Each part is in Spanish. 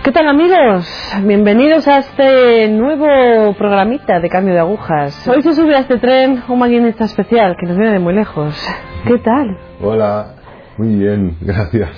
¿Qué tal, amigos? Bienvenidos a este nuevo programita de Cambio de Agujas. Hoy se sube a este tren un maquinista especial que nos viene de muy lejos. ¿Qué tal? Hola, muy bien, gracias.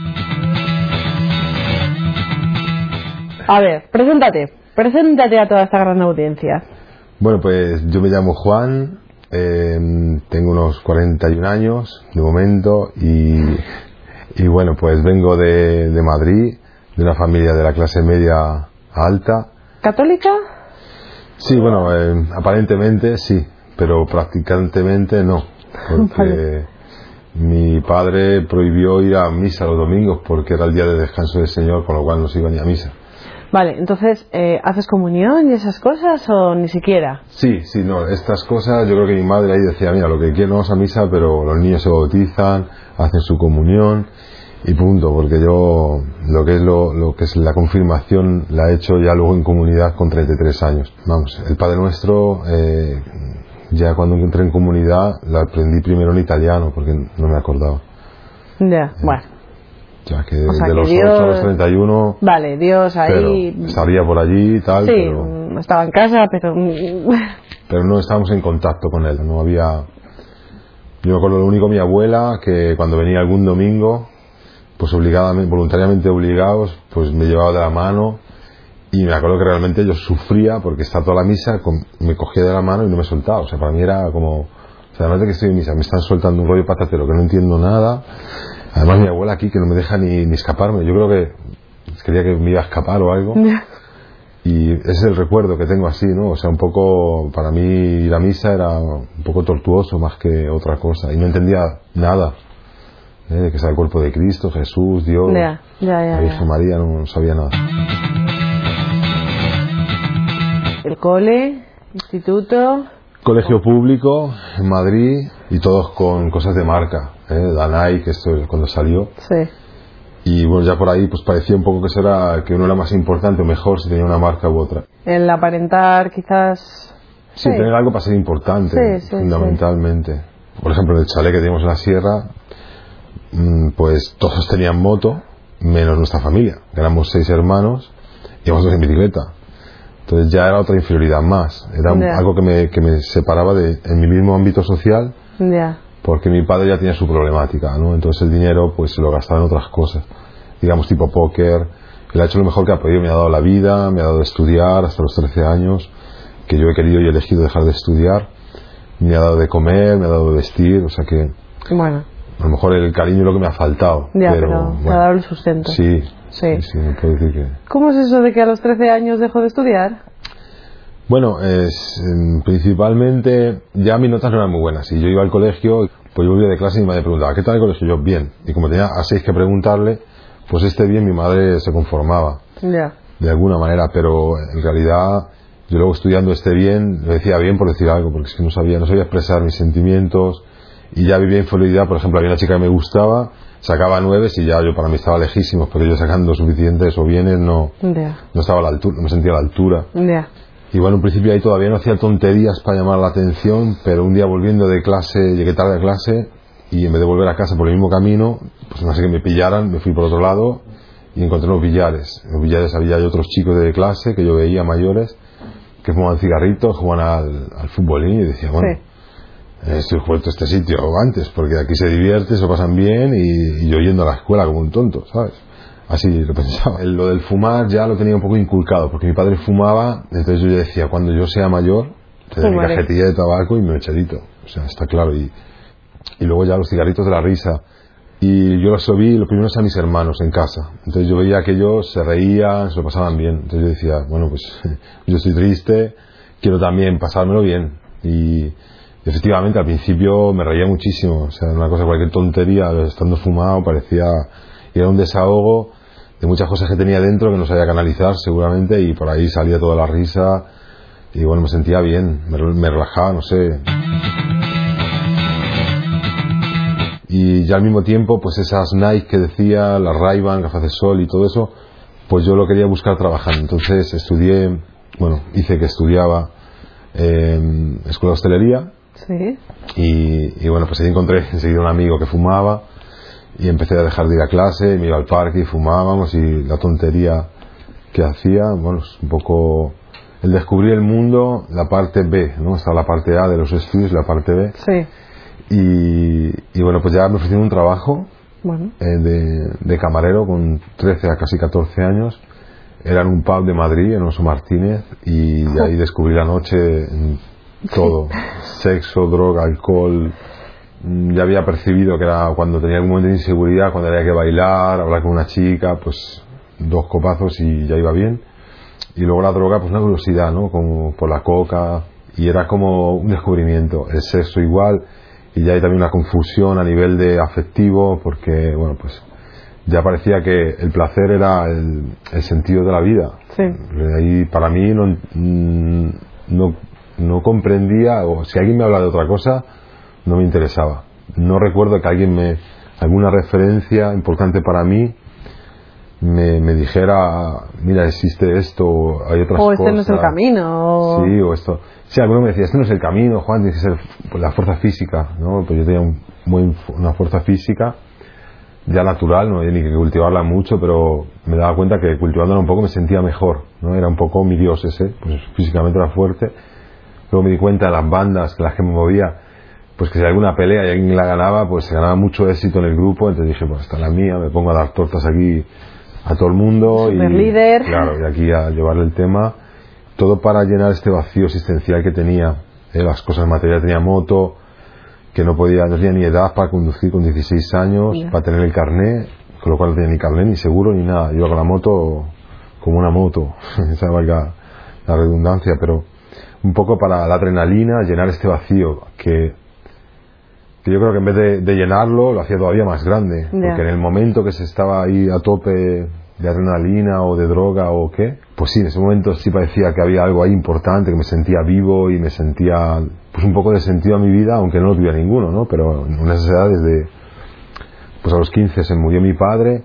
A ver, preséntate a toda esta gran audiencia. Bueno, pues yo me llamo Juan, tengo unos 41 años de momento y bueno, pues vengo de Madrid, de una familia de la clase media alta. ¿Católica? Sí, bueno, aparentemente sí, pero practicantemente no, porque vale. Mi padre prohibió ir a misa los domingos porque era el día de descanso del Señor, con lo cual no se iba ni a misa. Vale, entonces, ¿haces comunión y esas cosas o ni siquiera? Sí, no, estas cosas yo creo que mi madre ahí decía, mira, lo que quieren no es a misa, pero los niños se bautizan, hacen su comunión y punto, porque yo lo que es la confirmación la he hecho ya luego en comunidad con 33 años. Vamos, el Padre Nuestro, ya cuando entré en comunidad la aprendí primero en italiano porque no me acordaba. Ya, bueno. Ya que o sea, de los Dios... 8 a los 31... Vale, Dios ahí... Estaría por allí y tal, sí, pero... estaba en casa, pero... Pero no estábamos en contacto con él, no había... Yo me acuerdo lo único, mi abuela, que cuando venía algún domingo, pues voluntariamente obligados, pues me llevaba de la mano y me acuerdo que realmente yo sufría porque estaba toda la misa, me cogía de la mano y no me soltaba, o sea, para mí era como... O sea, además de que estoy en misa, me están soltando un rollo patatero que no entiendo nada. Además mi abuela aquí que no me deja ni escaparme. Yo creo que quería que me iba a escapar o algo. Y ese es el recuerdo que tengo así, ¿no? O sea, un poco, para mí ir a misa era un poco tortuoso más que otra cosa. Y no entendía nada. De que sea el cuerpo de Cristo, Jesús, Dios, la Virgen María, no sabía nada. El cole, instituto... Colegio público en Madrid y todos con cosas de marca, Danai, que esto es cuando salió. Sí. Y bueno, ya por ahí pues parecía un poco que uno era más importante o mejor si tenía una marca u otra. El aparentar quizás... Sí, tener algo para ser importante, fundamentalmente. Sí. Por ejemplo, en el chalet que teníamos en la sierra, pues todos tenían moto, menos nuestra familia. Éramos 6 hermanos, íbamos todos en bicicleta. Entonces ya era otra inferioridad más. Era algo que me separaba en mi mismo ámbito social, porque mi padre ya tenía su problemática, ¿no? Entonces el dinero pues se lo gastaba en otras cosas, digamos tipo póker. Él ha hecho lo mejor que ha podido, me ha dado la vida, me ha dado de estudiar hasta los 13 años, que yo he querido y he elegido dejar de estudiar, me ha dado de comer, me ha dado de vestir, o sea que... Bueno. A lo mejor el cariño es lo que me ha faltado. Pero bueno, te ha dado el sustento. Sí, me puedo decir que... ¿Cómo es eso de que a los 13 años dejó de estudiar? Bueno, principalmente ya mis notas no eran muy buenas. Y yo iba al colegio, pues yo volvía de clase y mi madre preguntaba, ¿qué tal el colegio? Yo, bien. Y como tenía a 6 que preguntarle, pues bien, mi madre se conformaba. De alguna manera, pero en realidad yo luego estudiando bien, le decía bien por decir algo, porque es que no sabía expresar mis sentimientos. Y ya vivía inferioridad. Por ejemplo, había una chica que me gustaba, sacaba 9 y ya yo para mí estaba lejísimos, porque yo sacando suficientes o bienes no estaba a la altura, no me sentía a la altura. Y bueno, en principio ahí todavía no hacía tonterías para llamar la atención, pero un día volviendo de clase, llegué tarde a clase y en vez de volver a casa por el mismo camino, pues no sé que me pillaran, me fui por otro lado y encontré unos billares. En los billares había otros chicos de clase que yo veía mayores que fumaban cigarritos, jugaban al futbolín y decía, bueno... Estoy vuelto a este sitio antes, porque aquí se divierte, se lo pasan bien y yo yendo a la escuela como un tonto, ¿sabes? Así lo pensaba. Lo del fumar ya lo tenía un poco inculcado, porque mi padre fumaba, entonces yo decía, cuando yo sea mayor, tendré mi cajetilla de tabaco y mi mecherito, o sea, está claro. Y luego ya los cigarritos de la risa. Y yo los vi, los primeros a mis hermanos en casa. Entonces yo veía que ellos se reían, se lo pasaban bien. Entonces yo decía, bueno, pues yo estoy triste, quiero también pasármelo bien. Y efectivamente al principio me reía muchísimo, o sea, una cosa, cualquier tontería, estando fumado parecía, y era un desahogo de muchas cosas que tenía dentro que no sabía canalizar seguramente, y por ahí salía toda la risa y bueno, me sentía bien, me relajaba, no sé. Y ya al mismo tiempo pues esas Nike que decía, las Ray-Ban, gafas de sol y todo eso, pues yo lo quería buscar trabajando. Entonces hice que estudiaba escuela de hostelería. Sí. Y bueno, pues ahí encontré enseguida un amigo que fumaba y empecé a dejar de ir a clase, me iba al parque y fumábamos y la tontería que hacía, bueno, es un poco el descubrir el mundo, la parte B, ¿no? Está la parte A de los estudios, la parte B. Sí. Y bueno, pues ya me ofrecieron un trabajo bueno. De camarero con 13 a casi 14 años. Era en un pub de Madrid, en Oso Martínez, y de ahí descubrí la noche todo. Sexo, droga, alcohol. Ya había percibido que era cuando tenía algún momento de inseguridad, cuando había que bailar, hablar con una chica, pues 2 copazos y ya iba bien. Y luego la droga, pues una curiosidad, ¿no? Como por la coca, y era como un descubrimiento. El sexo igual, y ya hay también una confusión a nivel de afectivo, porque, bueno, pues ya parecía que el placer era el sentido de la vida. Sí. Ahí para mí no comprendía, o si alguien me hablaba de otra cosa, no me interesaba. No recuerdo que alguna referencia importante para mí me dijera, mira, existe esto, hay otras cosas. O este no es el camino. Sí, o esto. Sí, alguno me decía, este no es el camino, Juan, tiene que ser la fuerza física, ¿no? Pues yo tenía una fuerza física ya natural, no había ni que cultivarla mucho, pero me daba cuenta que cultivándola un poco me sentía mejor, ¿no? Era un poco mi dios ese, pues físicamente era fuerte. Luego me di cuenta de las bandas, que las que me movía, pues que si hay alguna pelea y alguien la ganaba, pues se ganaba mucho éxito en el grupo. Entonces dije, pues esta es la mía, me pongo a dar tortas aquí a todo el mundo. Super líder. Claro, y aquí a llevarle el tema, todo para llenar este vacío existencial que tenía, las cosas materiales. Tenía moto, que no tenía ni edad para conducir con 16 años, para tener el carné, con lo cual no tenía ni carné, ni seguro, ni nada. Iba con la moto como una moto, esa valga la redundancia, pero un poco para la adrenalina, llenar este vacío que yo creo que en vez de llenarlo lo hacía todavía más grande, porque en el momento que se estaba ahí a tope de adrenalina o de droga o qué, pues sí, en ese momento sí parecía que había algo ahí importante, que me sentía vivo y me sentía pues un poco de sentido a mi vida, aunque no lo tuviera ninguno, ¿no? Pero en esas edades pues a los 15 se murió mi padre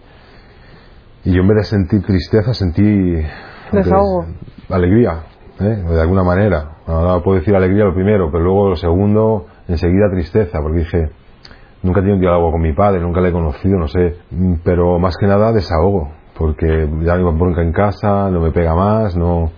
y yo en vez de sentir tristeza sentí desahogo, alegría, de alguna manera. Ahora puedo decir alegría lo primero, pero luego lo segundo, enseguida tristeza, porque dije, nunca he tenido un diálogo con mi padre, nunca le he conocido, no sé, pero más que nada desahogo, porque ya me bronca en casa, no me pega más,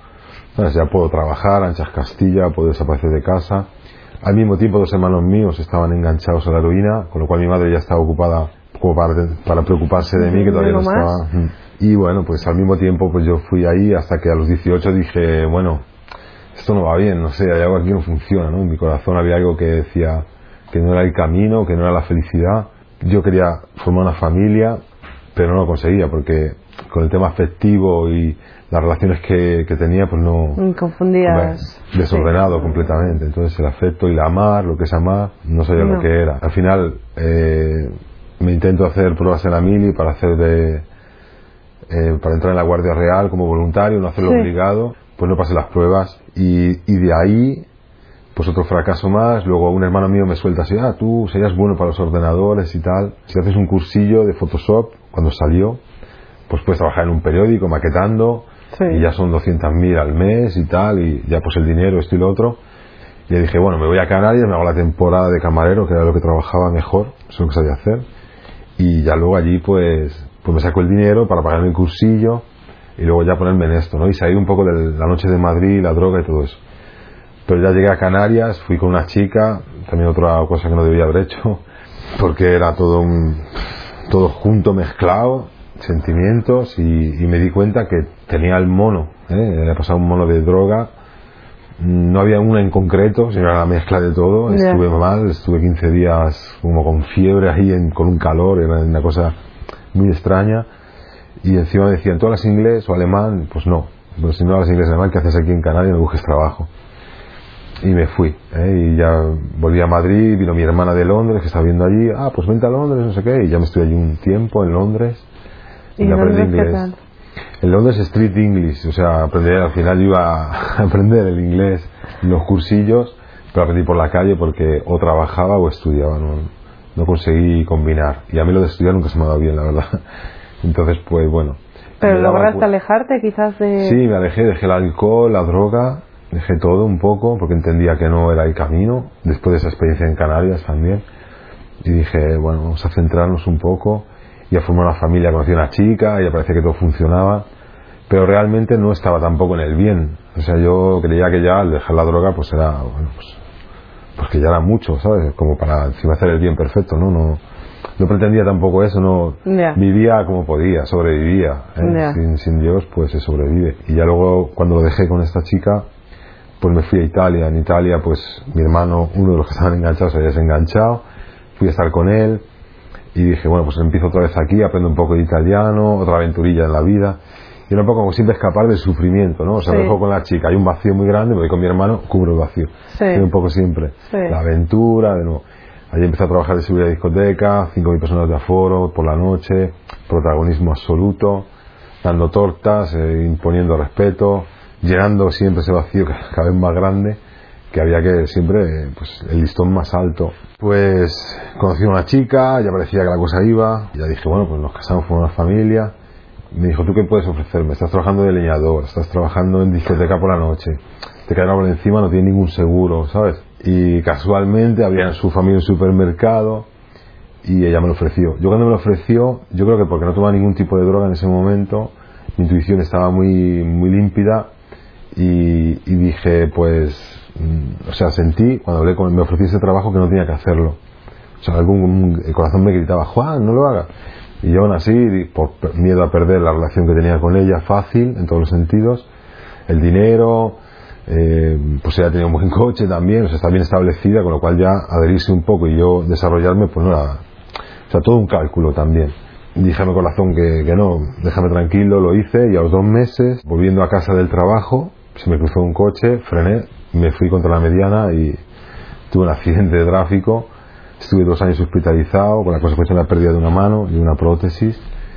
ya puedo trabajar, anchas Castilla, puedo desaparecer de casa. Al mismo tiempo 2 hermanos míos estaban enganchados a la heroína, con lo cual mi madre ya estaba ocupada como para preocuparse de mí, que todavía no estaba. Y bueno, pues al mismo tiempo pues yo fui ahí hasta que a los 18 dije, bueno, esto no va bien, no sé, hay algo aquí que no funciona, ¿no? En mi corazón había algo que decía que no era el camino, que no era la felicidad. Yo quería formar una familia, pero no lo conseguía, porque con el tema afectivo y las relaciones que tenía, pues no... Confundías. Desordenado completamente. Entonces el afecto y el amar, lo que es amar, no sabía lo que era. Al final me intento hacer pruebas en la mili para para entrar en la Guardia Real como voluntario, no hacerlo obligado, pues no pasé las pruebas y de ahí pues otro fracaso más. Luego un hermano mío me suelta así, tú serías bueno para los ordenadores y tal, si haces un cursillo de Photoshop, cuando salió, pues puedes trabajar en un periódico maquetando y ya son 200.000 al mes y tal, y ya pues el dinero, esto y lo otro. Y le dije, bueno, me voy a Canarias, me hago la temporada de camarero, que era lo que trabajaba mejor, eso es lo que sabía hacer, y ya luego allí pues me saco el dinero para pagarme el cursillo y luego ya ponerme en esto, ¿no? Y salir un poco de la noche de Madrid, la droga y todo eso. Pero ya llegué a Canarias, fui con una chica, también otra cosa que no debía haber hecho, porque era todo junto, mezclado, sentimientos, y me di cuenta que tenía el mono, le había pasado un mono de droga. No había una en concreto, sino era la mezcla de todo. Estuve mal, estuve 15 días como con fiebre ahí, con un calor, era una cosa muy extraña. Y encima me decían, ¿tú hablas inglés o alemán? Pues no, pues si no hablas inglés o alemán, ¿qué haces aquí en Canarias? No busques trabajo. Y me fui, y ya volví a Madrid, vino mi hermana de Londres que estaba viendo allí, pues vente a Londres, no sé qué, y ya me estuve allí un tiempo en Londres y aprendí inglés. En Londres Street English, o sea, al final yo iba a aprender el inglés en los cursillos, pero aprendí por la calle porque o trabajaba o estudiaba, no conseguí combinar. Y a mí lo de estudiar nunca se me ha dado bien, la verdad. Entonces, pues bueno. ¿Pero lograste alejarte quizás de...? Sí, me alejé, dejé el alcohol, la droga, dejé todo un poco porque entendía que no era el camino, después de esa experiencia en Canarias también. Y dije, bueno, vamos a centrarnos un poco y a formar una familia. Conocí a una chica y parecía que todo funcionaba, pero realmente no estaba tampoco en el bien. O sea, yo creía que ya al dejar la droga pues era, bueno, pues que ya era mucho, ¿sabes? Como para encima hacer el bien perfecto, ¿no? No pretendía tampoco eso, no. Vivía como podía, sobrevivía, ¿eh? Sin Dios pues se sobrevive. Y ya luego cuando lo dejé con esta chica, pues me fui a Italia. En Italia pues mi hermano, uno de los que estaban enganchados, se había desenganchado, fui a estar con él y dije, bueno, pues empiezo otra vez aquí, aprendo un poco de italiano, otra aventurilla en la vida. Y era un poco como siempre escapar del sufrimiento, ¿no? O sea, me dejo con la chica, hay un vacío muy grande, me voy con mi hermano, cubro el vacío. Y un poco siempre la aventura, de nuevo. Allí empecé a trabajar de seguridad de discoteca, 5.000 personas de aforo por la noche, protagonismo absoluto, dando tortas, imponiendo respeto, llenando siempre ese vacío cada vez más grande, que había que siempre, pues, el listón más alto. Pues conocí a una chica, ya parecía que la cosa iba, ya dije, bueno, pues nos casamos con una familia. Me dijo, ¿tú qué puedes ofrecerme? Estás trabajando de leñador, estás trabajando en discoteca por la noche, te caerá por encima, no tiene ningún seguro, ¿sabes? Y casualmente había en su familia un supermercado y ella me lo ofreció. Yo cuando me lo ofreció, yo creo que porque no tomaba ningún tipo de droga en ese momento, mi intuición estaba muy, muy límpida y dije, pues, o sea, sentí, cuando me ofrecí ese trabajo, que no tenía que hacerlo. O sea, el corazón me gritaba, Juan, no lo hagas. Y yo aún así, por miedo a perder la relación que tenía con ella, fácil, en todos los sentidos, el dinero, pues ella tenía un buen coche también, o sea, está bien establecida, con lo cual ya adherirse un poco y yo desarrollarme, pues no era, o sea, todo un cálculo también. Dije a mi corazón que no, déjame tranquilo, lo hice, y a los 2 meses, volviendo a casa del trabajo, se me cruzó un coche, frené, me fui contra la mediana y tuve un accidente de tráfico. Estuve 2 años hospitalizado con la consecuencia de la pérdida de una mano y una prótesis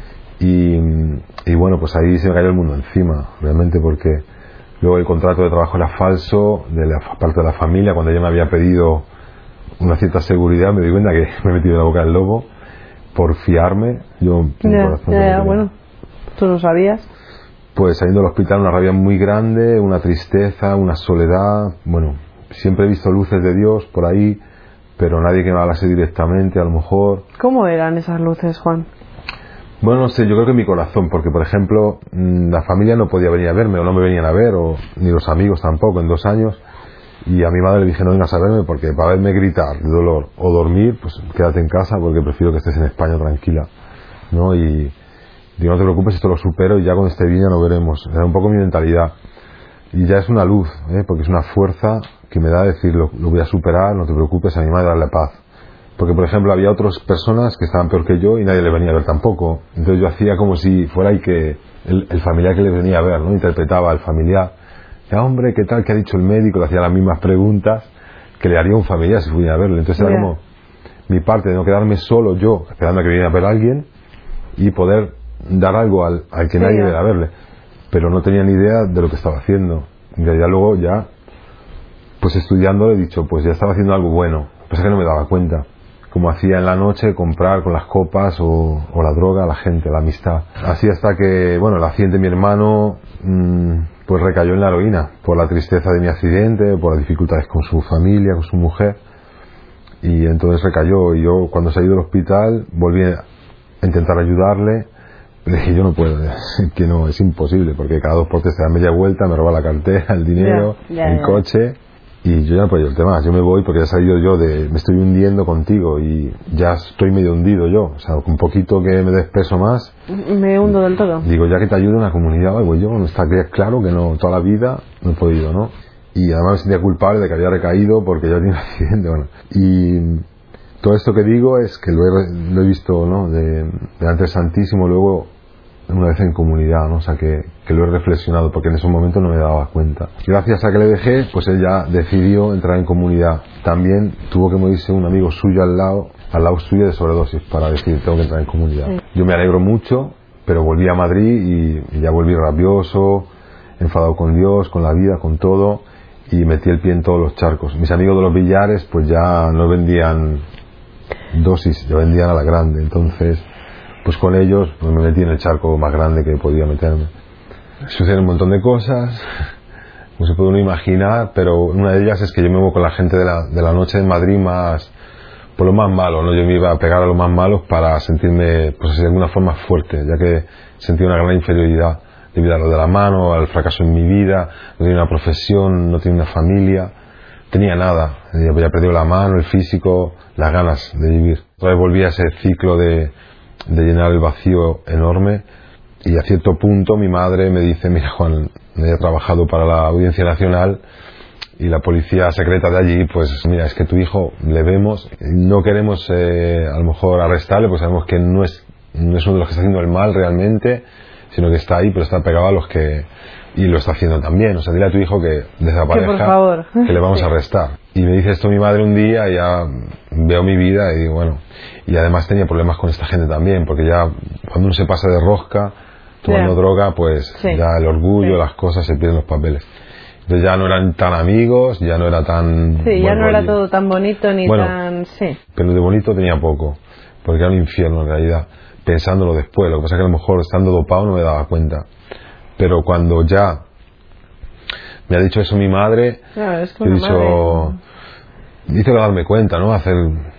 y bueno, pues ahí se me cayó el mundo encima, realmente, porque luego el contrato de trabajo era falso de la parte de la familia. Cuando ella me había pedido una cierta seguridad, me di cuenta que me he metido en la boca del lobo por fiarme. Yo, bueno, ¿tú lo sabías? Pues saliendo del hospital, una rabia muy grande, una tristeza, una soledad. Bueno, siempre he visto luces de Dios por ahí, pero nadie que me hablase directamente, a lo mejor. ¿Cómo eran esas luces, Juan? Bueno, no sé, yo creo que mi corazón, porque por ejemplo, la familia no podía venir a verme, o no me venían a ver, o ni los amigos tampoco, en 2 años, y a mi madre le dije, no vengas a verme, porque para verme gritar de dolor o dormir, pues quédate en casa, porque prefiero que estés en España tranquila, ¿no? Y digo, no te preocupes, esto lo supero, y ya cuando esté bien ya lo veremos. Era un poco mi mentalidad, y ya es una luz, porque es una fuerza que me da decir, lo voy a superar, no te preocupes, a mi madre darle paz. Porque, por ejemplo, había otras personas que estaban peor que yo y nadie le venía a ver tampoco. Entonces yo hacía como si fuera ahí que el familiar que le venía a ver, ¿no? Interpretaba al familiar. Ya, hombre, ¿qué tal? ¿Qué ha dicho el médico? Le hacía las mismas preguntas que le haría un familiar si fuera a verle. Entonces era como mi parte de no quedarme solo yo, esperando a que viniera a ver a alguien y poder dar algo al que nadie viera a verle. Pero no tenía ni idea de lo que estaba haciendo. En realidad luego ya, pues estudiando, he dicho, pues ya estaba haciendo algo bueno. Pasa que no me daba cuenta. Como hacía en la noche, comprar con las copas o la droga a la gente, la amistad. Así hasta que, bueno, el accidente de mi hermano, pues recayó en la heroína, por la tristeza de mi accidente, por las dificultades con su familia, con su mujer. Y entonces recayó, y yo cuando salí del hospital volví a intentar ayudarle. Le dije, yo no puedo, que no, es imposible, porque cada 2 por 3 te da media vuelta, me roba la cartera, el dinero, el coche. Y yo ya no puedo ayudarte más, yo me voy porque ya he salido yo me estoy hundiendo contigo y ya estoy medio hundido yo, o sea, un poquito que me des peso más. Me hundo del todo. Digo, ya que te ayude en la comunidad, pues yo, no está claro que no, toda la vida no he podido, ¿no? Y además me sentía culpable de que había recaído porque yo tenía un accidente, bueno. Y todo esto que digo es que lo he visto, ¿no? Delante del Santísimo, luego una vez en comunidad, ¿no? O sea, que lo he reflexionado, porque en ese momento no me daba cuenta. Gracias a que le dejé, pues él ya decidió entrar en comunidad. También tuvo que morirse un amigo suyo al lado suyo de sobredosis, para decir, tengo que entrar en comunidad. Sí. Yo me alegro mucho, pero volví a Madrid y ya volví rabioso, enfadado con Dios, con la vida, con todo, y metí el pie en todos los charcos. Mis amigos de los billares, pues ya no vendían dosis, ya vendían a la grande, entonces pues con ellos pues me metí en el charco más grande que podía meterme. Suceden un montón de cosas, no se puede uno imaginar, pero una de ellas es que yo me voy con la gente de la noche en Madrid más, por lo más malo, ¿no? Yo me iba a pegar a los más malos para sentirme, pues de alguna forma fuerte, ya que sentía una gran inferioridad debido a lo de la mano, al fracaso en mi vida, no tenía una profesión, no tenía una familia, tenía nada, había perdido la mano, el físico, las ganas de vivir. Otra vez volví a ese ciclo de llenar el vacío enorme, y a cierto punto mi madre me dice: mira, Juan, me he trabajado para la Audiencia Nacional y la policía secreta de allí, pues mira, es que tu hijo le vemos, no queremos a lo mejor arrestarle, pues sabemos que no es uno de los que está haciendo el mal realmente, sino que está ahí, pero está pegado a los que... y lo está haciendo también. O sea, dile a tu hijo que desaparezca, que por favor, que le vamos a arrestar. Y me dice esto mi madre un día, y ya veo mi vida y digo, bueno, y además tenía problemas con esta gente también, porque ya cuando uno se pasa de rosca tomando droga, pues ya el orgullo, las cosas, se pierden los papeles. Entonces ya no eran tan amigos, ya no era tan... Sí, ya no era todo tan bonito ni tan... Sí. Pero de bonito tenía poco, porque era un infierno en realidad, pensándolo después. Lo que pasa es que a lo mejor estando dopado no me daba cuenta. Pero cuando ya me ha dicho eso mi madre, claro, es que he dicho... Hice darme cuenta, ¿no? Hacer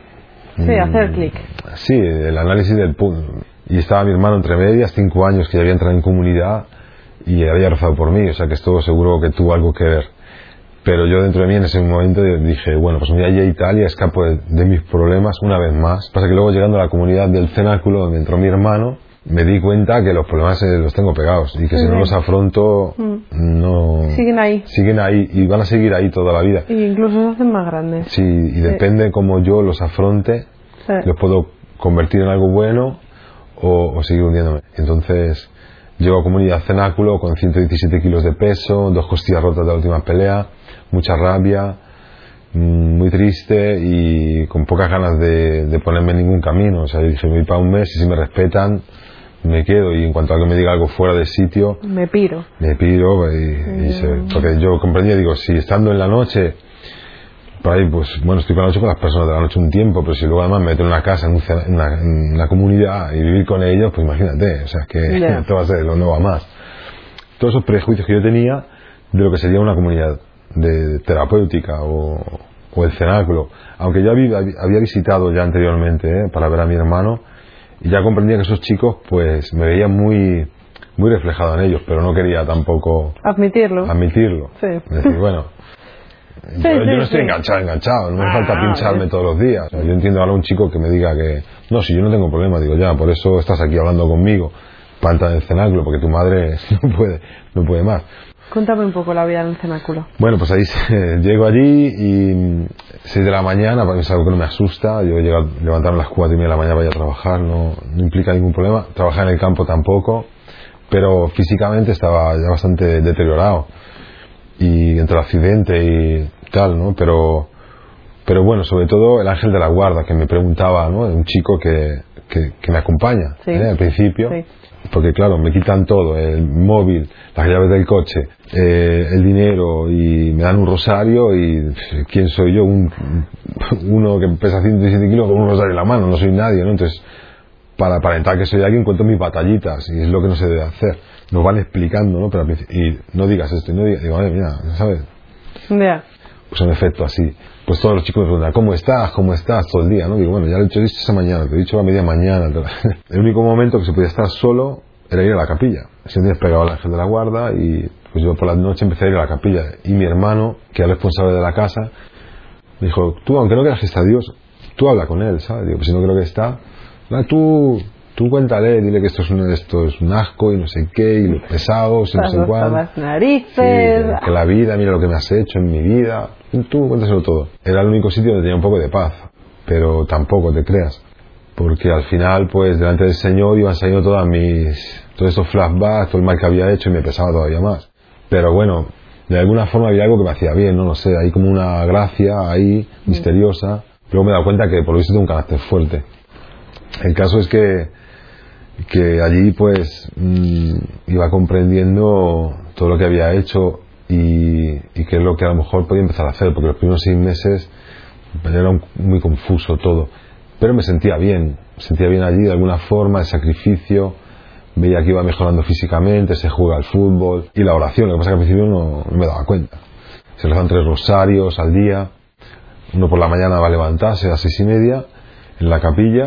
clic. Sí, el análisis del punto. Y estaba mi hermano entre medias, 5 años, que ya había entrado en comunidad y había rezado por mí, o sea que esto seguro que tuvo algo que ver. Pero yo dentro de mí en ese momento dije, bueno, pues me voy a Italia, escapo de mis problemas una vez más. Pasa que luego, llegando a la comunidad del cenáculo donde entró mi hermano, me di cuenta que los problemas los tengo pegados y que si no los afronto, no... Siguen ahí y van a seguir ahí toda la vida. Y incluso se hacen más grandes. Sí, y depende cómo yo los afronte, los puedo convertir en algo bueno o seguir hundiéndome. Entonces llego a comunidad cenáculo con 117 kilos de peso, 2 costillas rotas de la última pelea, mucha rabia, muy triste y con pocas ganas de ponerme en ningún camino. O sea, yo dije, me voy para un mes y si me respetan me quedo, y en cuanto a que me diga algo fuera de sitio me piro porque yo comprendía, digo, si estando en la noche por ahí, pues bueno, estoy por la noche con las personas de la noche un tiempo, pero si luego además me meto en una casa, en una comunidad y vivir con ellos, pues imagínate, o sea, es que esto va a ser, no va más. Todos esos prejuicios que yo tenía de lo que sería una comunidad de terapéutica o el cenáculo, aunque yo había visitado ya anteriormente para ver a mi hermano, y ya comprendía que esos chicos pues me veían muy reflejado en ellos, pero no quería tampoco admitirlo. Sí. Decir, bueno, yo no estoy enganchado, no me falta pincharme todos los días. O sea, yo entiendo ahora un chico que me diga que no, si yo no tengo problema, digo, ya, por eso estás aquí hablando conmigo para entrar en el cenáculo, porque tu madre no puede más. Cuéntame un poco la vida en el cenáculo. Bueno, pues ahí llego allí y 6 de la mañana, para mí es algo que no me asusta. Yo llego a levantarme a las 4:30 de la mañana para ir a trabajar, no implica ningún problema. Trabajar en el campo tampoco, pero físicamente estaba ya bastante deteriorado, y entre el accidente y tal, ¿no? Pero bueno, sobre todo el ángel de la guarda, que me preguntaba, ¿no? Un chico que me acompaña, al principio. Sí. Porque claro, me quitan todo, el móvil, las llaves del coche, el dinero, y me dan un rosario, y ¿quién soy yo? Uno que pesa 117 kilos con un rosario en la mano, no soy nadie, ¿no? Entonces, para aparentar que soy alguien, cuento mis batallitas, y es lo que no se debe hacer. Nos van explicando, ¿no? Pero y no digas esto, y no digas, digo, mira, ¿sabes? Pues en efecto, así. Pues todos los chicos me preguntan, ¿cómo estás todo el día? ¿No? Digo, bueno, ya lo he dicho esa mañana, te he dicho a media mañana. El único momento que se podía estar solo era ir a la capilla. Siempre pegaba al ángel de la guarda, y pues yo por la noche empecé a ir a la capilla. Y mi hermano, que era responsable de la casa, me dijo, tú, aunque no creas que está Dios, tú habla con él, ¿sabes? Digo, pues si no creo que está, tú cuéntale, dile que esto es un asco y no sé qué, y lo pesado, y no sé cuál. Las narices. Sí, que la vida, mira lo que me has hecho en mi vida. Tú cuéntaselo todo. Era el único sitio donde tenía un poco de paz, pero tampoco te creas, porque al final, pues delante del Señor iban saliendo todos estos flashbacks, todo el mal que había hecho, y me pesaba todavía más. Pero bueno, de alguna forma había algo que me hacía bien, no sé, hay como una gracia ahí misteriosa. Luego me he dado cuenta que por lo visto tengo un carácter fuerte. El caso es que allí pues iba comprendiendo todo lo que había hecho y qué es lo que a lo mejor podía empezar a hacer, porque los primeros 6 meses era muy confuso todo, pero me sentía bien allí de alguna forma. El sacrificio, veía que iba mejorando físicamente, se juega al fútbol, y la oración, lo que pasa es que al principio no me daba cuenta. Se rezan 3 rosarios al día, uno por la mañana va a levantarse a las 6:30 en la capilla,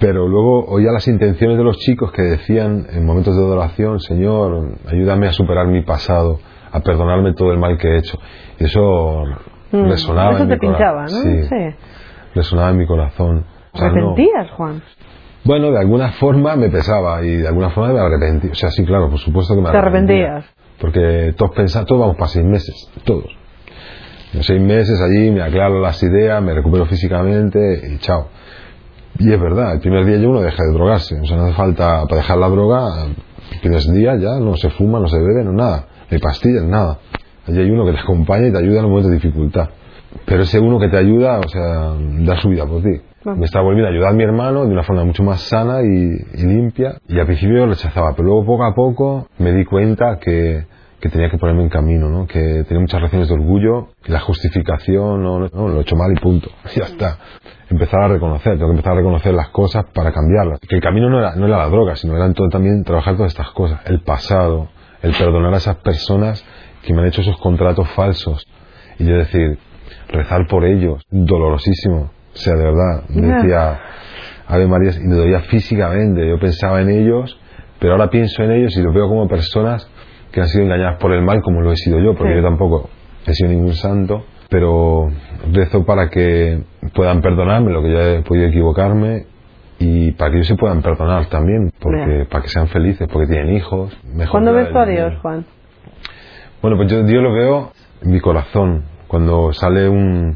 Pero luego oía las intenciones de los chicos que decían en momentos de adoración: Señor, ayúdame a superar mi pasado, a perdonarme todo el mal que he hecho. Y eso resonaba eso en te mi pinchaba, ¿no? Sí, resonaba en mi corazón. O sea, ¿arrepentías, Juan? Bueno, de alguna forma me pesaba y de alguna forma me arrepentí. O sea, sí, claro, por supuesto que me arrepentía. ¿Te arrepentías? Porque todos vamos para 6 meses, todos. En 6 meses allí me aclaro las ideas, me recupero físicamente y chao. Y es verdad, el primer día yo uno deja de drogarse. O sea, no hace falta, para dejar la droga, el primer día ya no se fuma, no se bebe, no nada. No hay pastillas, nada. Allí hay uno que te acompaña y te ayuda en los momentos de dificultad. Pero ese uno que te ayuda, o sea, da su vida por ti. Me estaba volviendo a ayudar a mi hermano de una forma mucho más sana y limpia. Y al principio yo lo rechazaba, pero luego poco a poco me di cuenta que tenía que ponerme en camino, ¿no? Que tenía muchas razones de orgullo, y la justificación, no, lo he hecho mal y punto. Ya está. Tengo que empezar a reconocer las cosas para cambiarlas. Que el camino no era la droga, sino era también trabajar todas estas cosas. El pasado, el perdonar a esas personas que me han hecho esos contratos falsos. Y yo decir, rezar por ellos, dolorosísimo. O sea, de verdad, me decía Ave María y me dolía físicamente. Yo pensaba en ellos, pero ahora pienso en ellos y los veo como personas que han sido engañadas por el mal, como lo he sido yo, porque yo tampoco he sido ningún santo, pero rezo para que puedan perdonarme lo que yo he podido equivocarme y para que ellos se puedan perdonar también, porque para que sean felices, porque tienen hijos. ¿Cuándo ves tú a Dios, Juan? Bueno, pues yo Dios lo veo en mi corazón, cuando sale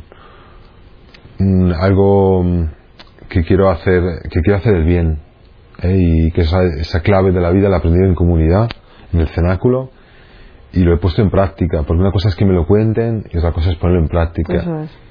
algo que quiero hacer el bien, y que esa clave de la vida la he aprendido en comunidad, en el cenáculo, y lo he puesto en práctica, porque una cosa es que me lo cuenten y otra cosa es ponerlo en práctica. Eso es.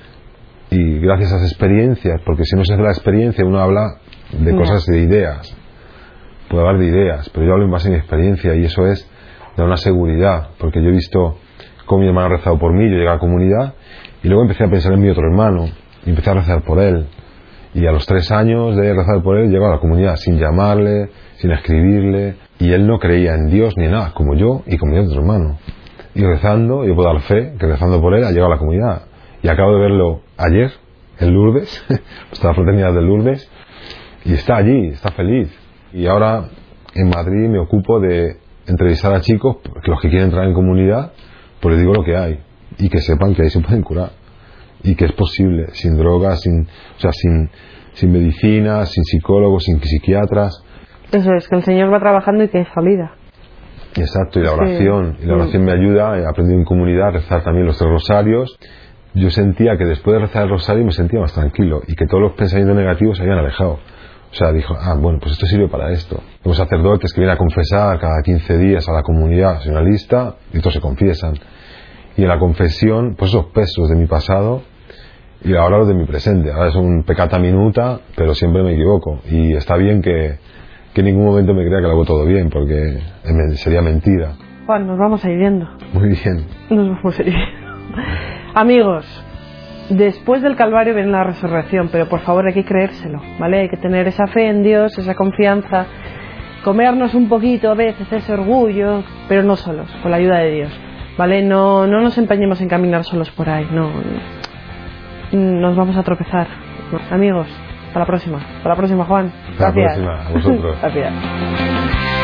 Y gracias a esas experiencias, porque si no se hace la experiencia uno habla de cosas, de ideas, puede hablar de ideas, pero yo hablo en base a mi experiencia, y eso es de una seguridad, porque yo he visto cómo mi hermano ha rezado por mí, yo llegué a la comunidad y luego empecé a pensar en mi otro hermano y empecé a rezar por él, y a los 3 años de rezar por él llegó a la comunidad sin llamarle, sin escribirle, y él no creía en Dios ni en nada, como yo y como mi otro hermano, y rezando, yo puedo dar fe que rezando por él ha llegado a la comunidad, y acabo de verlo ayer en Lourdes, está la fraternidad de Lourdes, y está allí, está feliz. Y ahora en Madrid me ocupo de entrevistar a chicos, los que quieren entrar en comunidad, pues les digo lo que hay, y que sepan que ahí se pueden curar, y que es posible, sin drogas, sin medicina, sin psicólogos, sin psiquiatras. Eso es, que el Señor va trabajando y que es salida. Exacto, y la oración, y la oración me ayuda, he aprendido en comunidad a rezar también los 3 rosarios. Yo sentía que después de rezar el rosario me sentía más tranquilo, y que todos los pensamientos negativos se habían alejado. O sea, dijo, bueno, pues esto sirve para esto. Tengo sacerdotes que vienen a confesar cada 15 días a la comunidad, soy una lista, y todos se confiesan. Y en la confesión, pues esos pesos de mi pasado, y ahora los de mi presente. Ahora es un peccata minuta, pero siempre me equivoco. Y está bien que en ningún momento me crea que lo hago todo bien, porque sería mentira. Juan, nos vamos a ir yendo. Muy bien. Nos vamos a ir yendo. Amigos, después del Calvario viene la resurrección, pero por favor hay que creérselo, ¿vale? Hay que tener esa fe en Dios, esa confianza, comernos un poquito a veces ese orgullo, pero no solos, con la ayuda de Dios, ¿vale? No nos empeñemos en caminar solos por ahí, no. Nos vamos a tropezar. Amigos, hasta la próxima, Juan. Gracias. Hasta la próxima, a vosotros. Gracias.